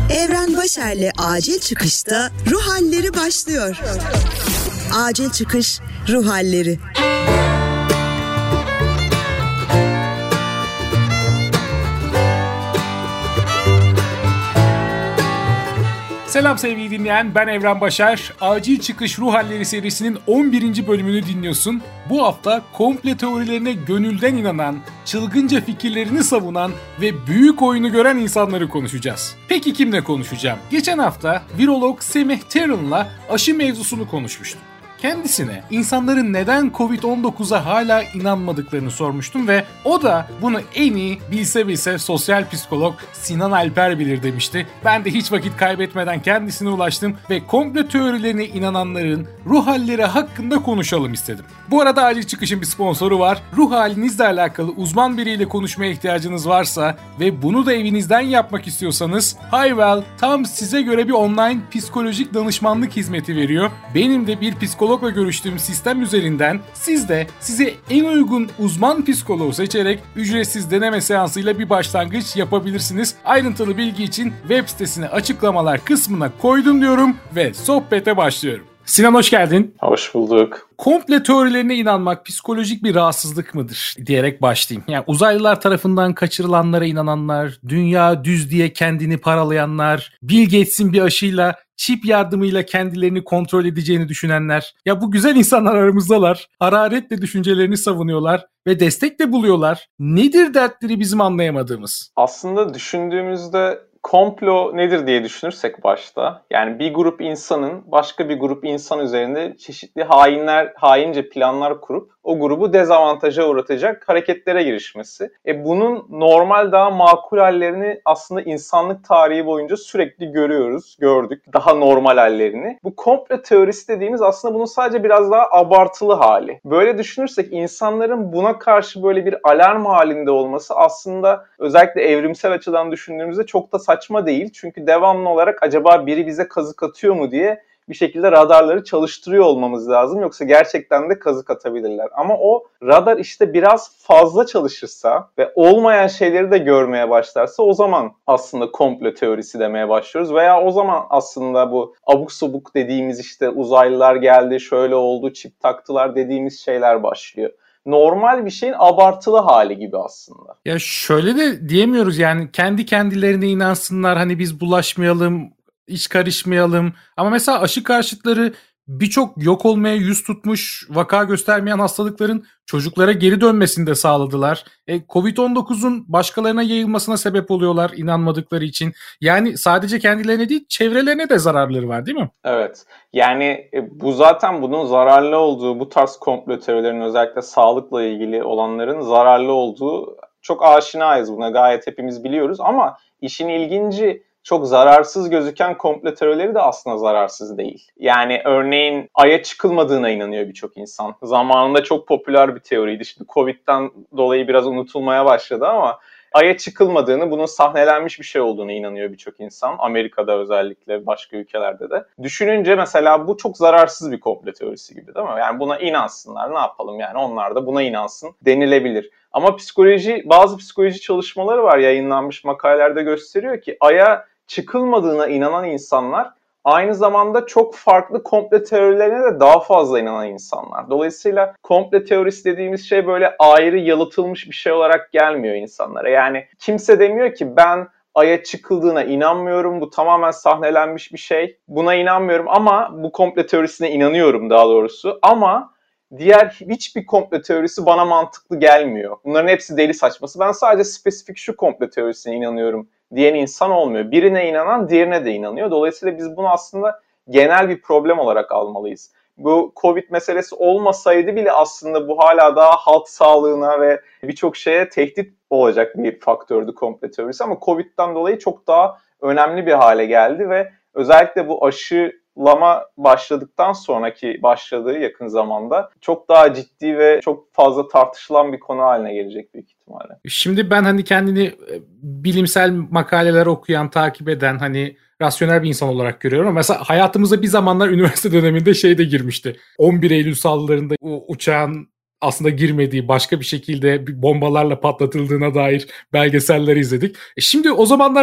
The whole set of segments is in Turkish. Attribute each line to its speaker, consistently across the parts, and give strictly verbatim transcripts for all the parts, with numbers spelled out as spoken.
Speaker 1: Evren Başer'le Acil Çıkış'ta Ruh Halleri başlıyor. Acil Çıkış Ruh Halleri.
Speaker 2: Selam sevgili dinleyen, ben Evren Başer. Acil Çıkış Ruh Halleri serisinin on birinci bölümünü dinliyorsun. Bu hafta komple teorilerine gönülden inanan, çılgınca fikirlerini savunan ve büyük oyunu gören insanları konuşacağız. Peki kimle konuşacağım? Geçen hafta virolog Semih Teren'la aşı mevzusunu konuşmuştum. Kendisine insanların neden kovid on dokuza hala inanmadıklarını sormuştum ve o da bunu en iyi bilse bilse sosyal psikolog Sinan Alper bilir demişti. Ben de hiç vakit kaybetmeden kendisine ulaştım ve komple teorilerine inananların ruh halleri hakkında konuşalım istedim. Bu arada Acil Çıkış'ın bir sponsoru var. Ruh halinizle alakalı uzman biriyle konuşmaya ihtiyacınız varsa ve bunu da evinizden yapmak istiyorsanız Hayvel tam size göre bir online psikolojik danışmanlık hizmeti veriyor. Benim de bir psikolog psikologla görüştüğüm sistem üzerinden siz de size en uygun uzman psikoloğu seçerek ücretsiz deneme seansıyla bir başlangıç yapabilirsiniz. Ayrıntılı bilgi için web sitesine açıklamalar kısmına koydum diyorum ve sohbete başlıyorum. Sinan hoş geldin.
Speaker 3: Hoş bulduk.
Speaker 2: Komple teorilerine inanmak psikolojik bir rahatsızlık mıdır diyerek başlayayım. Yani uzaylılar tarafından kaçırılanlara inananlar, dünya düz diye kendini paralayanlar, Bill Gates'in bir aşıyla çip yardımıyla kendilerini kontrol edeceğini düşünenler. Ya bu güzel insanlar aramızdalar. Hararetle düşüncelerini savunuyorlar ve destek de buluyorlar. Nedir dertleri bizim anlayamadığımız?
Speaker 3: Aslında düşündüğümüzde komplo nedir diye düşünürsek başta, yani bir grup insanın başka bir grup insan üzerinde çeşitli hainler, haince planlar kurup o grubu dezavantaja uğratacak hareketlere girişmesi. E bunun normal daha makul hallerini aslında insanlık tarihi boyunca sürekli görüyoruz, gördük. Daha normal hallerini. Bu komplo teorisi dediğimiz aslında bunun sadece biraz daha abartılı hali. Böyle düşünürsek insanların buna karşı böyle bir alarm halinde olması aslında özellikle evrimsel açıdan düşündüğümüzde çok da saçma değil. Çünkü devamlı olarak acaba biri bize kazık atıyor mu diye bir şekilde radarları çalıştırıyor olmamız lazım. Yoksa gerçekten de kazık atabilirler. Ama o radar işte biraz fazla çalışırsa ve olmayan şeyleri de görmeye başlarsa o zaman aslında komplo teorisi demeye başlıyoruz. Veya o zaman aslında bu abuk subuk dediğimiz işte uzaylılar geldi, şöyle oldu, çip taktılar dediğimiz şeyler başlıyor. Normal bir şeyin abartılı hali gibi aslında.
Speaker 2: Ya şöyle de diyemiyoruz yani kendi kendilerine inansınlar, hani biz bulaşmayalım, hiç karışmayalım. Ama mesela aşı karşıtları birçok yok olmaya yüz tutmuş, vaka göstermeyen hastalıkların çocuklara geri dönmesini de sağladılar. E, kovid on dokuzun başkalarına yayılmasına sebep oluyorlar inanmadıkları için. Yani sadece kendilerine değil, çevrelerine de zararları var değil mi?
Speaker 3: Evet. Yani e, bu zaten bunun zararlı olduğu, bu tarz komplo teorilerinin özellikle sağlıkla ilgili olanların zararlı olduğu çok aşinayız buna. Gayet hepimiz biliyoruz ama işin ilginci çok zararsız gözüken komplo teorileri de aslında zararsız değil. Yani örneğin Ay'a çıkılmadığına inanıyor birçok insan. Zamanında çok popüler bir teoriydi. Şimdi Covid'den dolayı biraz unutulmaya başladı ama Ay'a çıkılmadığını, bunun sahnelenmiş bir şey olduğunu inanıyor birçok insan. Amerika'da özellikle, başka ülkelerde de. Düşününce mesela bu çok zararsız bir komplo teorisi gibi değil mi? Yani buna inansınlar, ne yapalım yani, onlar da buna inansın denilebilir. Ama psikoloji, bazı psikoloji çalışmaları var, yayınlanmış makalelerde gösteriyor ki Ay'a çıkılmadığına inanan insanlar aynı zamanda çok farklı komplo teorilerine de daha fazla inanan insanlar. Dolayısıyla komplo teorisi dediğimiz şey böyle ayrı yalıtılmış bir şey olarak gelmiyor insanlara. Yani kimse demiyor ki ben Ay'a çıkıldığına inanmıyorum, bu tamamen sahnelenmiş bir şey, buna inanmıyorum ama bu komplo teorisine inanıyorum daha doğrusu. Ama diğer hiçbir komplo teorisi bana mantıklı gelmiyor. Bunların hepsi deli saçması. Ben sadece spesifik şu komplo teorisine inanıyorum diyen insan olmuyor. Birine inanan diğerine de inanıyor. Dolayısıyla biz bunu aslında genel bir problem olarak almalıyız. Bu Covid meselesi olmasaydı bile aslında bu hala daha halk sağlığına ve birçok şeye tehdit olacak bir faktördü komplo teorisi. Ama Covid'den dolayı çok daha önemli bir hale geldi ve özellikle bu aşılama başladıktan sonraki başladığı yakın zamanda çok daha ciddi ve çok fazla tartışılan bir konu haline gelecek büyük ihtimalle.
Speaker 2: Şimdi ben hani kendini bilimsel makaleler okuyan, takip eden, hani rasyonel bir insan olarak görüyorum ama mesela hayatımıza bir zamanlar üniversite döneminde şey de girmişti. on bir Eylül saldırılarında uçağın aslında girmediği, başka bir şekilde bombalarla patlatıldığına dair belgeseller izledik. E şimdi o zamanlar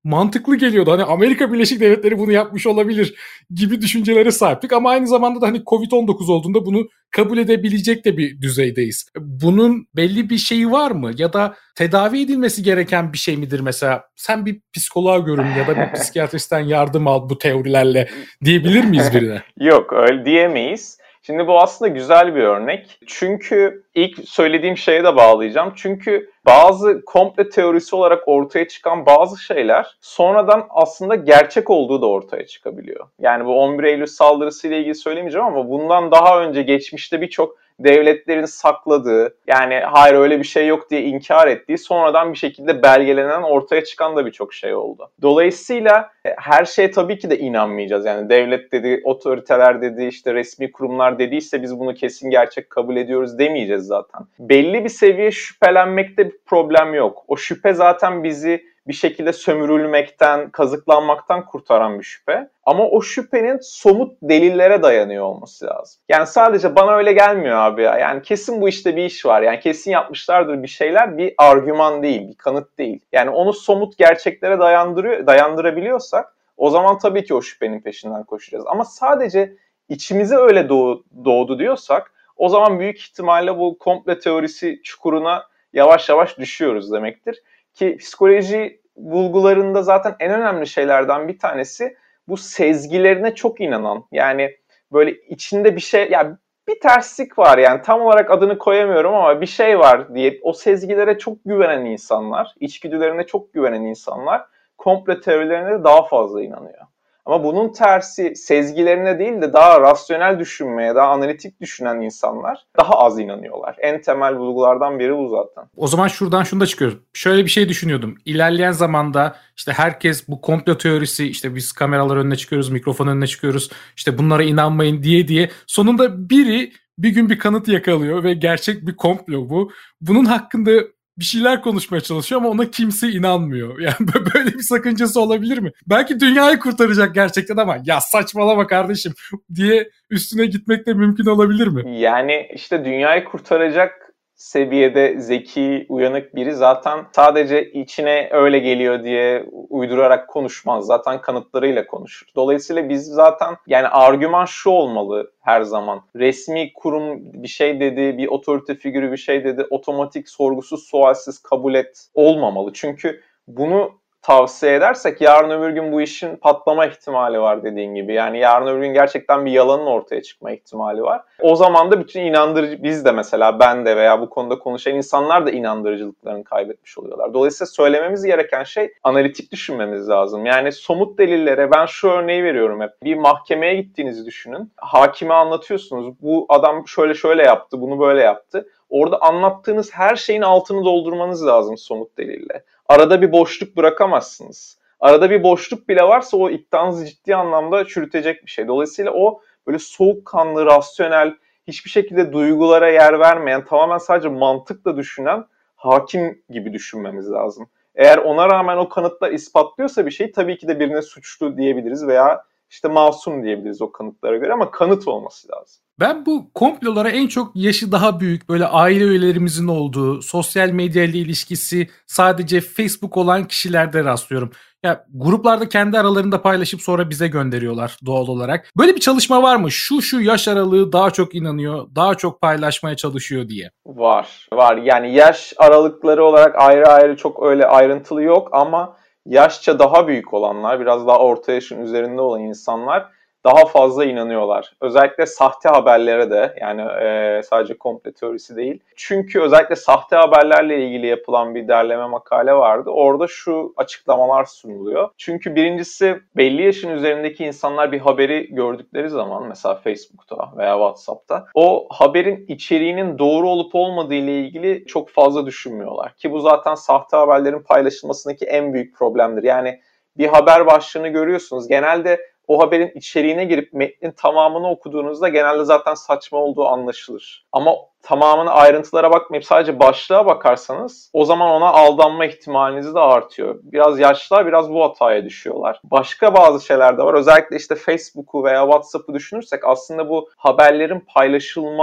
Speaker 2: mantıklı geliyordu. Hani Amerika Birleşik Devletleri bunu yapmış olabilir gibi düşüncelere sahiptik ama aynı zamanda da hani covid on dokuz olduğunda bunu kabul edebilecek de bir düzeydeyiz. Bunun belli bir şeyi var mı? Ya da tedavi edilmesi gereken bir şey midir mesela? Sen bir psikoloğa görün ya da bir psikiyatristten yardım al bu teorilerle diyebilir miyiz birine?
Speaker 3: Yok, öyle diyemeyiz. Şimdi bu aslında güzel bir örnek. Çünkü ilk söylediğim şeye de bağlayacağım. Çünkü bazı komple teorisi olarak ortaya çıkan bazı şeyler sonradan aslında gerçek olduğu da ortaya çıkabiliyor. Yani bu on bir Eylül saldırısıyla ilgili söylemeyeceğim ama bundan daha önce geçmişte birçok devletlerin sakladığı, yani hayır öyle bir şey yok diye inkar ettiği, sonradan bir şekilde belgelenen, ortaya çıkan da birçok şey oldu. Dolayısıyla her şeye tabii ki de inanmayacağız. Yani devlet dedi, otoriteler dedi, işte resmi kurumlar dediyse biz bunu kesin gerçek kabul ediyoruz demeyeceğiz zaten. Belli bir seviye şüphelenmekte bir problem yok. O şüphe zaten bizi bir şekilde sömürülmekten, kazıklanmaktan kurtaran bir şüphe. Ama o şüphenin somut delillere dayanıyor olması lazım. Yani sadece bana öyle gelmiyor abi ya. Yani kesin bu işte bir iş var. Yani kesin yapmışlardır bir şeyler, bir argüman değil, bir kanıt değil. Yani onu somut gerçeklere dayandırıyor, dayandırabiliyorsak o zaman tabii ki o şüphenin peşinden koşacağız. Ama sadece içimize öyle doğ, doğdu diyorsak o zaman büyük ihtimalle bu komple teorisi çukuruna yavaş yavaş düşüyoruz demektir. Ki psikoloji bulgularında zaten en önemli şeylerden bir tanesi bu sezgilerine çok inanan, yani böyle içinde bir şey, yani bir terslik var, yani tam olarak adını koyamıyorum ama bir şey var diye o sezgilere çok güvenen insanlar, içgüdülerine çok güvenen insanlar komple teorilerine de daha fazla inanıyor. Ama bunun tersi, sezgilerine değil de daha rasyonel düşünmeye, daha analitik düşünen insanlar daha az inanıyorlar. En temel bulgulardan biri bu zaten.
Speaker 2: O zaman şuradan şunu da çıkıyoruz. Şöyle bir şey düşünüyordum. İlerleyen zamanda işte herkes bu komplo teorisi, işte biz kameralar önüne çıkıyoruz, mikrofon önüne çıkıyoruz, işte bunlara inanmayın diye diye sonunda biri bir gün bir kanıt yakalıyor ve gerçek bir komplo bu. Bunun hakkında bir şeyler konuşmaya çalışıyor ama ona kimse inanmıyor. Yani böyle bir sakıncası olabilir mi? Belki dünyayı kurtaracak gerçekten ama ya saçmalama kardeşim diye üstüne gitmek de mümkün olabilir mi?
Speaker 3: Yani işte dünyayı kurtaracak seviyede zeki, uyanık biri zaten sadece içine öyle geliyor diye uydurarak konuşmaz. Zaten kanıtlarıyla konuşur. Dolayısıyla biz zaten, yani argüman şu olmalı her zaman. Resmi kurum bir şey dedi, bir otorite figürü bir şey dedi, otomatik sorgusuz sualsiz kabul et olmamalı. Çünkü bunu tavsiye edersek yarın öbür gün bu işin patlama ihtimali var dediğin gibi. Yani yarın öbür gün gerçekten bir yalanın ortaya çıkma ihtimali var. O zaman da bütün inandırıcı, biz de mesela, ben de veya bu konuda konuşan insanlar da inandırıcılıklarını kaybetmiş oluyorlar. Dolayısıyla söylememiz gereken şey analitik düşünmemiz lazım. Yani somut delillere, ben şu örneği veriyorum hep. Bir mahkemeye gittiğinizi düşünün. Hakime anlatıyorsunuz. Bu adam şöyle şöyle yaptı, bunu böyle yaptı. Orada anlattığınız her şeyin altını doldurmanız lazım somut delille. Arada bir boşluk bırakamazsınız. Arada bir boşluk bile varsa o iddianızı ciddi anlamda çürütecek bir şey. Dolayısıyla o böyle soğukkanlı, rasyonel, hiçbir şekilde duygulara yer vermeyen, tamamen sadece mantıkla düşünen hakim gibi düşünmemiz lazım. Eğer ona rağmen o kanıtlar ispatlıyorsa bir şey, tabii ki de birine suçlu diyebiliriz veya işte masum diyebiliriz o kanıtlara göre, ama kanıt olması lazım.
Speaker 2: Ben bu komplolara en çok yaşı daha büyük, böyle aile üyelerimizin olduğu, sosyal medya ile ilişkisi sadece Facebook olan kişilerde rastlıyorum. Ya gruplarda kendi aralarında paylaşıp sonra bize gönderiyorlar doğal olarak. Böyle bir çalışma var mı? Şu şu yaş aralığı daha çok inanıyor, daha çok paylaşmaya çalışıyor diye.
Speaker 3: Var, var. Yani yaş aralıkları olarak ayrı ayrı çok öyle ayrıntılı yok ama yaşça daha büyük olanlar, biraz daha orta yaşın üzerinde olan insanlar daha fazla inanıyorlar. Özellikle sahte haberlere de, yani e, sadece komple teorisi değil. Çünkü özellikle sahte haberlerle ilgili yapılan bir derleme makale vardı. Orada şu açıklamalar sunuluyor. Çünkü birincisi, belli yaşın üzerindeki insanlar bir haberi gördükleri zaman, mesela Facebook'ta veya WhatsApp'ta, o haberin içeriğinin doğru olup olmadığı ile ilgili çok fazla düşünmüyorlar. Ki bu zaten sahte haberlerin paylaşılmasındaki en büyük problemdir. Yani bir haber başlığını görüyorsunuz. Genelde o haberin içeriğine girip metnin tamamını okuduğunuzda genelde zaten saçma olduğu anlaşılır. Ama tamamını, ayrıntılara bakmayıp sadece başlığa bakarsanız o zaman ona aldanma ihtimaliniz de artıyor. Biraz yaşlılar biraz bu hataya düşüyorlar. Başka bazı şeyler de var. Özellikle işte Facebook'u veya WhatsApp'ı düşünürsek aslında bu haberlerin paylaşılma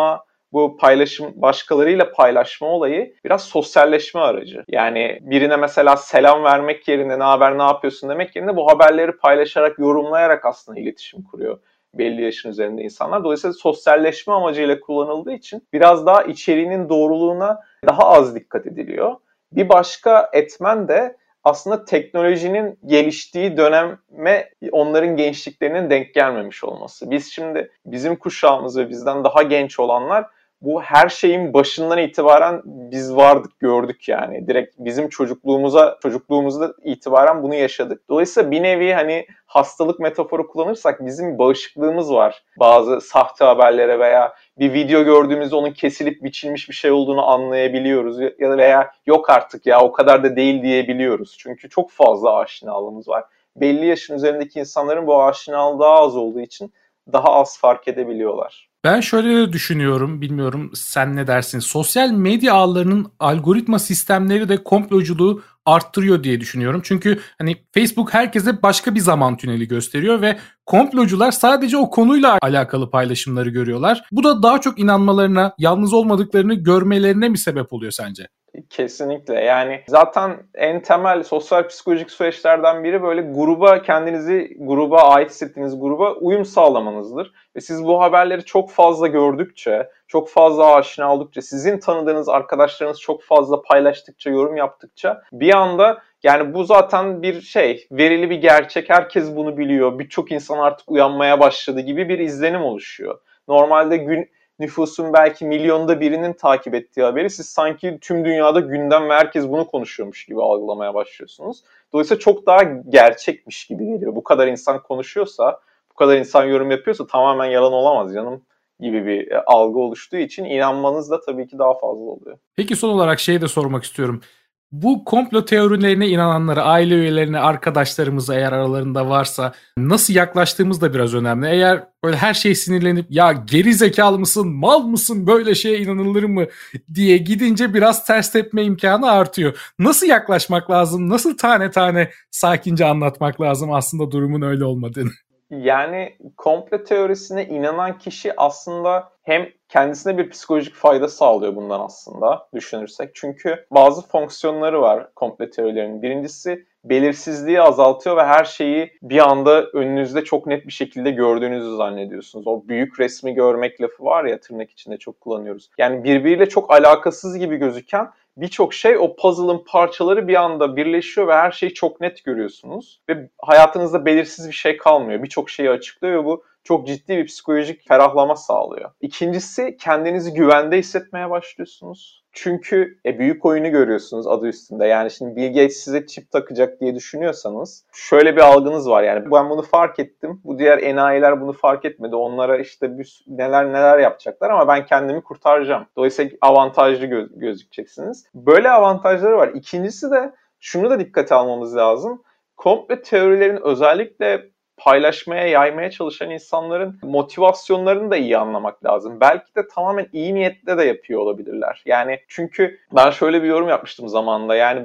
Speaker 3: bu paylaşım, başkalarıyla paylaşma olayı biraz sosyalleşme aracı. Yani birine mesela selam vermek yerine ne haber, ne yapıyorsun demek yerine bu haberleri paylaşarak, yorumlayarak aslında iletişim kuruyor belli yaşın üzerinde insanlar. Dolayısıyla sosyalleşme amacıyla kullanıldığı için biraz daha içeriğinin doğruluğuna daha az dikkat ediliyor. Bir başka etmen de aslında teknolojinin geliştiği döneme onların gençliklerinin denk gelmemiş olması. Biz şimdi bizim kuşağımız ve bizden daha genç olanlar bu her şeyin başından itibaren biz vardık, gördük yani. Direkt bizim çocukluğumuza, çocukluğumuzda itibaren bunu yaşadık. Dolayısıyla bir nevi hani hastalık metaforu kullanırsak bizim bağışıklığımız var. Bazı sahte haberlere veya bir video gördüğümüzde onun kesilip biçilmiş bir şey olduğunu anlayabiliyoruz. Ya da veya yok artık ya o kadar da değil diyebiliyoruz. Çünkü çok fazla aşinalığımız var. Belli yaşın üzerindeki insanların bu aşinalığı daha az olduğu için daha az fark edebiliyorlar.
Speaker 2: Ben şöyle de düşünüyorum, bilmiyorum sen ne dersin? Sosyal medya ağlarının algoritma sistemleri de komploculuğu arttırıyor diye düşünüyorum. Çünkü hani Facebook herkese başka bir zaman tüneli gösteriyor ve komplocular sadece o konuyla alakalı paylaşımları görüyorlar. Bu da daha çok inanmalarına, yalnız olmadıklarını görmelerine mi sebep oluyor sence?
Speaker 3: Kesinlikle. Yani zaten en temel sosyal psikolojik süreçlerden biri böyle gruba kendinizi, gruba ait hissettiğiniz gruba uyum sağlamanızdır. Ve siz bu haberleri çok fazla gördükçe, çok fazla aşina oldukça, sizin tanıdığınız arkadaşlarınız çok fazla paylaştıkça, yorum yaptıkça bir anda yani bu zaten bir şey, verili bir gerçek. Herkes bunu biliyor. Birçok insan artık uyanmaya başladı gibi bir izlenim oluşuyor. Normalde gün nüfusun belki milyonda birinin takip ettiği haberi siz sanki tüm dünyada gündem ve herkes bunu konuşuyormuş gibi algılamaya başlıyorsunuz. Dolayısıyla çok daha gerçekmiş gibi geliyor. Bu kadar insan konuşuyorsa, bu kadar insan yorum yapıyorsa tamamen yalan olamaz canım gibi bir algı oluştuğu için inanmanız da tabii ki daha fazla oluyor.
Speaker 2: Peki son olarak şeyi de sormak istiyorum. Bu komplo teorilerine inananları, aile üyelerine, arkadaşlarımıza eğer aralarında varsa nasıl yaklaştığımız da biraz önemli. Eğer böyle her şey sinirlenip ya geri zekalı mısın, mal mısın, böyle şeye inanılır mı diye gidince biraz ters tepme imkanı artıyor. Nasıl yaklaşmak lazım, nasıl tane tane sakince anlatmak lazım aslında durumun öyle olmadığını?
Speaker 3: Yani komplo teorisine inanan kişi aslında hem kendisine bir psikolojik fayda sağlıyor bundan aslında düşünürsek. Çünkü bazı fonksiyonları var komplo teorilerinin. Birincisi belirsizliği azaltıyor ve her şeyi bir anda önünüzde çok net bir şekilde gördüğünüzü zannediyorsunuz. O büyük resmi görmek lafı var ya, tırnak içinde çok kullanıyoruz. Yani birbiriyle çok alakasız gibi gözüken birçok şey, o puzzle'ın parçaları bir anda birleşiyor ve her şeyi çok net görüyorsunuz. Ve hayatınızda belirsiz bir şey kalmıyor. Birçok şeyi açıklıyor ve bu çok ciddi bir psikolojik ferahlama sağlıyor. İkincisi, kendinizi güvende hissetmeye başlıyorsunuz. Çünkü e, büyük oyunu görüyorsunuz adı üstünde. Yani şimdi Bill Gates size çip takacak diye düşünüyorsanız şöyle bir algınız var. Yani ben bunu fark ettim. Bu diğer enayiler bunu fark etmedi. Onlara işte bir, neler neler yapacaklar ama ben kendimi kurtaracağım. Dolayısıyla avantajlı göz, gözükeceksiniz. Böyle avantajları var. İkincisi de şunu da dikkate almamız lazım. Komplo teorilerin özellikle paylaşmaya, yaymaya çalışan insanların motivasyonlarını da iyi anlamak lazım. Belki de tamamen iyi niyetle de yapıyor olabilirler. Yani çünkü ben şöyle bir yorum yapmıştım zamanında. Yani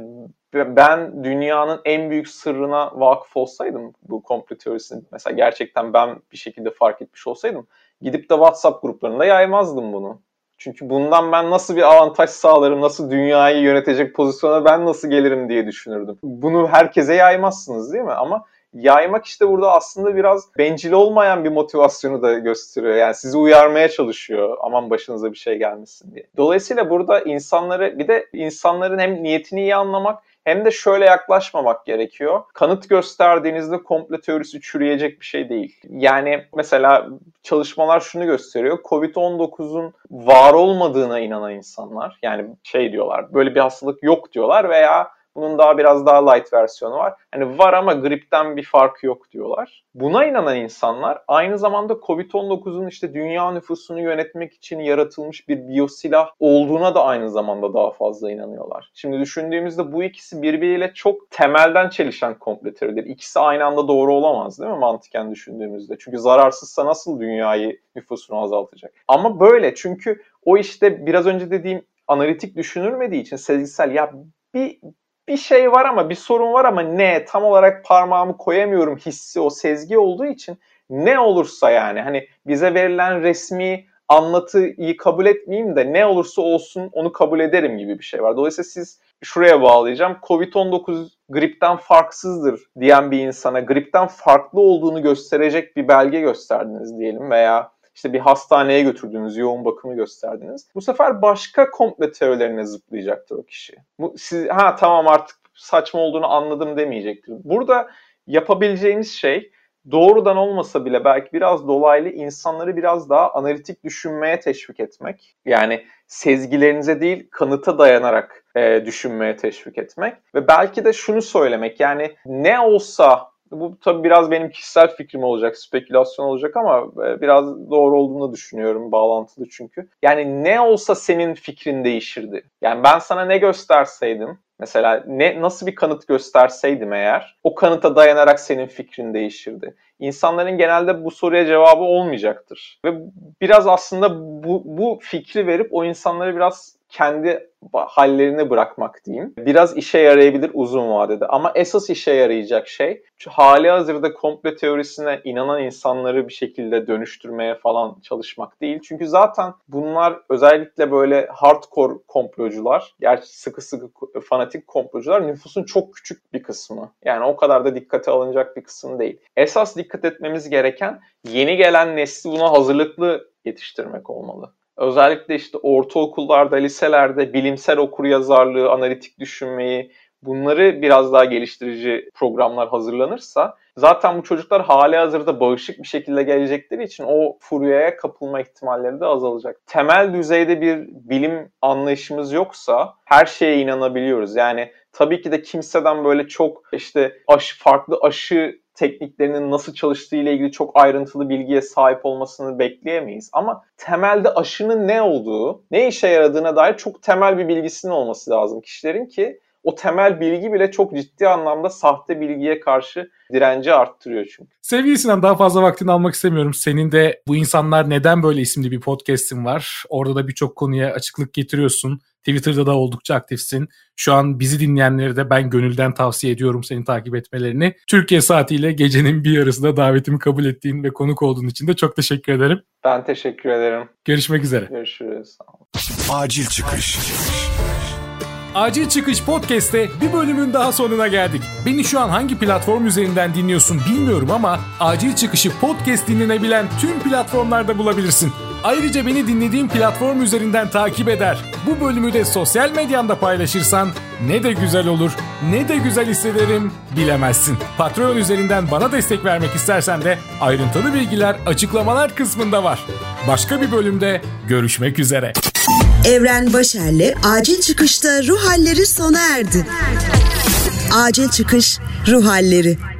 Speaker 3: ben dünyanın en büyük sırrına vakıf olsaydım, bu komplo teorisini mesela gerçekten ben bir şekilde fark etmiş olsaydım, gidip de WhatsApp gruplarında yaymazdım bunu. Çünkü bundan ben nasıl bir avantaj sağlarım, nasıl dünyayı yönetecek pozisyona ben nasıl gelirim diye düşünürdüm. Bunu herkese yaymazsınız değil mi? Ama yaymak işte burada aslında biraz bencil olmayan bir motivasyonu da gösteriyor. Yani sizi uyarmaya çalışıyor, aman başınıza bir şey gelmesin diye. Dolayısıyla burada insanları, bir de insanların hem niyetini iyi anlamak hem de şöyle yaklaşmamak gerekiyor. Kanıt gösterdiğinizde komplo teorisi çürüyecek bir şey değil. Yani mesela çalışmalar şunu gösteriyor. covid on dokuzun var olmadığına inanan insanlar, yani şey diyorlar, böyle bir hastalık yok diyorlar veya bunun daha biraz daha light versiyonu var. Hani var ama gripten bir farkı yok diyorlar. Buna inanan insanlar aynı zamanda covid on dokuzun işte dünya nüfusunu yönetmek için yaratılmış bir biyosilah olduğuna da aynı zamanda daha fazla inanıyorlar. Şimdi düşündüğümüzde bu ikisi birbiriyle çok temelden çelişen komplo teorileri. İkisi aynı anda doğru olamaz değil mi mantıken düşündüğümüzde? Çünkü zararsızsa nasıl dünyayı, nüfusunu azaltacak? Ama böyle, çünkü o işte biraz önce dediğim analitik düşünülmediği için sezgisel, ya bir bir şey var ama bir sorun var ama ne, tam olarak parmağımı koyamıyorum hissi, o sezgi olduğu için ne olursa, yani hani bize verilen resmi anlatıyı kabul etmeyeyim de ne olursa olsun onu kabul ederim gibi bir şey var. Dolayısıyla siz şuraya bağlayacağım. kovid on dokuz gripten farksızdır diyen bir insana gripten farklı olduğunu gösterecek bir belge gösterdiniz diyelim veya işte bir hastaneye götürdüğünüz yoğun bakımı gösterdiniz. Bu sefer başka komplo teorilerine zıplayacaktır o kişi. Bu siz ha tamam artık saçma olduğunu anladım demeyecektir. Burada yapabileceğimiz şey doğrudan olmasa bile belki biraz dolaylı insanları biraz daha analitik düşünmeye teşvik etmek. Yani sezgilerinize değil kanıta dayanarak e, düşünmeye teşvik etmek. Ve belki de şunu söylemek, yani ne olsa, bu tabii biraz benim kişisel fikrim olacak, spekülasyon olacak ama e, biraz doğru olduğunu düşünüyorum, bağlantılı çünkü. Yani ne olsa senin fikrin değişirdi. Yani ben sana ne gösterseydim, mesela ne nasıl bir kanıt gösterseydim eğer, o kanıta dayanarak senin fikrin değişirdi. İnsanların genelde bu soruya cevabı olmayacaktır. Ve biraz aslında bu, bu fikri verip o insanları biraz kendi hallerine bırakmak diyeyim. Biraz işe yarayabilir uzun vadede. Ama esas işe yarayacak şey hali hazırda komplo teorisine inanan insanları bir şekilde dönüştürmeye falan çalışmak değil. Çünkü zaten bunlar özellikle böyle hardcore komplocular, gerçi sıkı sıkı fanatik komplocular nüfusun çok küçük bir kısmı. Yani o kadar da dikkate alınacak bir kısım değil. Esas dikkat etmemiz gereken yeni gelen nesli buna hazırlıklı yetiştirmek olmalı. Özellikle işte ortaokullarda, liselerde bilimsel okuryazarlığı, analitik düşünmeyi, bunları biraz daha geliştirici programlar hazırlanırsa zaten bu çocuklar hali hazırda bağışık bir şekilde gelecekleri için o furyaya kapılma ihtimalleri de azalacak. Temel düzeyde bir bilim anlayışımız yoksa her şeye inanabiliyoruz. Yani tabii ki de kimseden böyle çok işte aşı, farklı aşı tekniklerinin nasıl çalıştığı ile ilgili çok ayrıntılı bilgiye sahip olmasını bekleyemeyiz. Ama temelde aşının ne olduğu, ne işe yaradığına dair çok temel bir bilgisinin olması lazım kişilerin ki o temel bilgi bile çok ciddi anlamda sahte bilgiye karşı direnci arttırıyor çünkü.
Speaker 2: Sevgili Sinan, daha fazla vaktini almak istemiyorum. Senin de Bu İnsanlar Neden Böyle isimli bir podcast'in var. Orada da birçok konuya açıklık getiriyorsun. Twitter'da da oldukça aktifsin. Şu an bizi dinleyenlere de ben gönülden tavsiye ediyorum seni takip etmelerini. Türkiye saatiyle gecenin bir yarısında davetimi kabul ettiğin ve konuk olduğun için de çok teşekkür ederim.
Speaker 3: Ben teşekkür ederim.
Speaker 2: Görüşmek üzere.
Speaker 3: Görüşürüz.
Speaker 4: Acil Çıkış.
Speaker 2: Acil Çıkış Podcast'te bir bölümün daha sonuna geldik. Beni şu an hangi platform üzerinden dinliyorsun bilmiyorum ama Acil Çıkış'ı podcast dinlenebilen tüm platformlarda bulabilirsin. Ayrıca beni dinlediğin platform üzerinden takip eder. Bu bölümü de sosyal medyanda paylaşırsan ne de güzel olur, ne de güzel hissederim bilemezsin. Patreon üzerinden bana destek vermek istersen de ayrıntılı bilgiler açıklamalar kısmında var. Başka bir bölümde görüşmek üzere.
Speaker 1: Evren Başer'le Acil Çıkış'ta ruh halleri sona erdi. Acil Çıkış ruh halleri.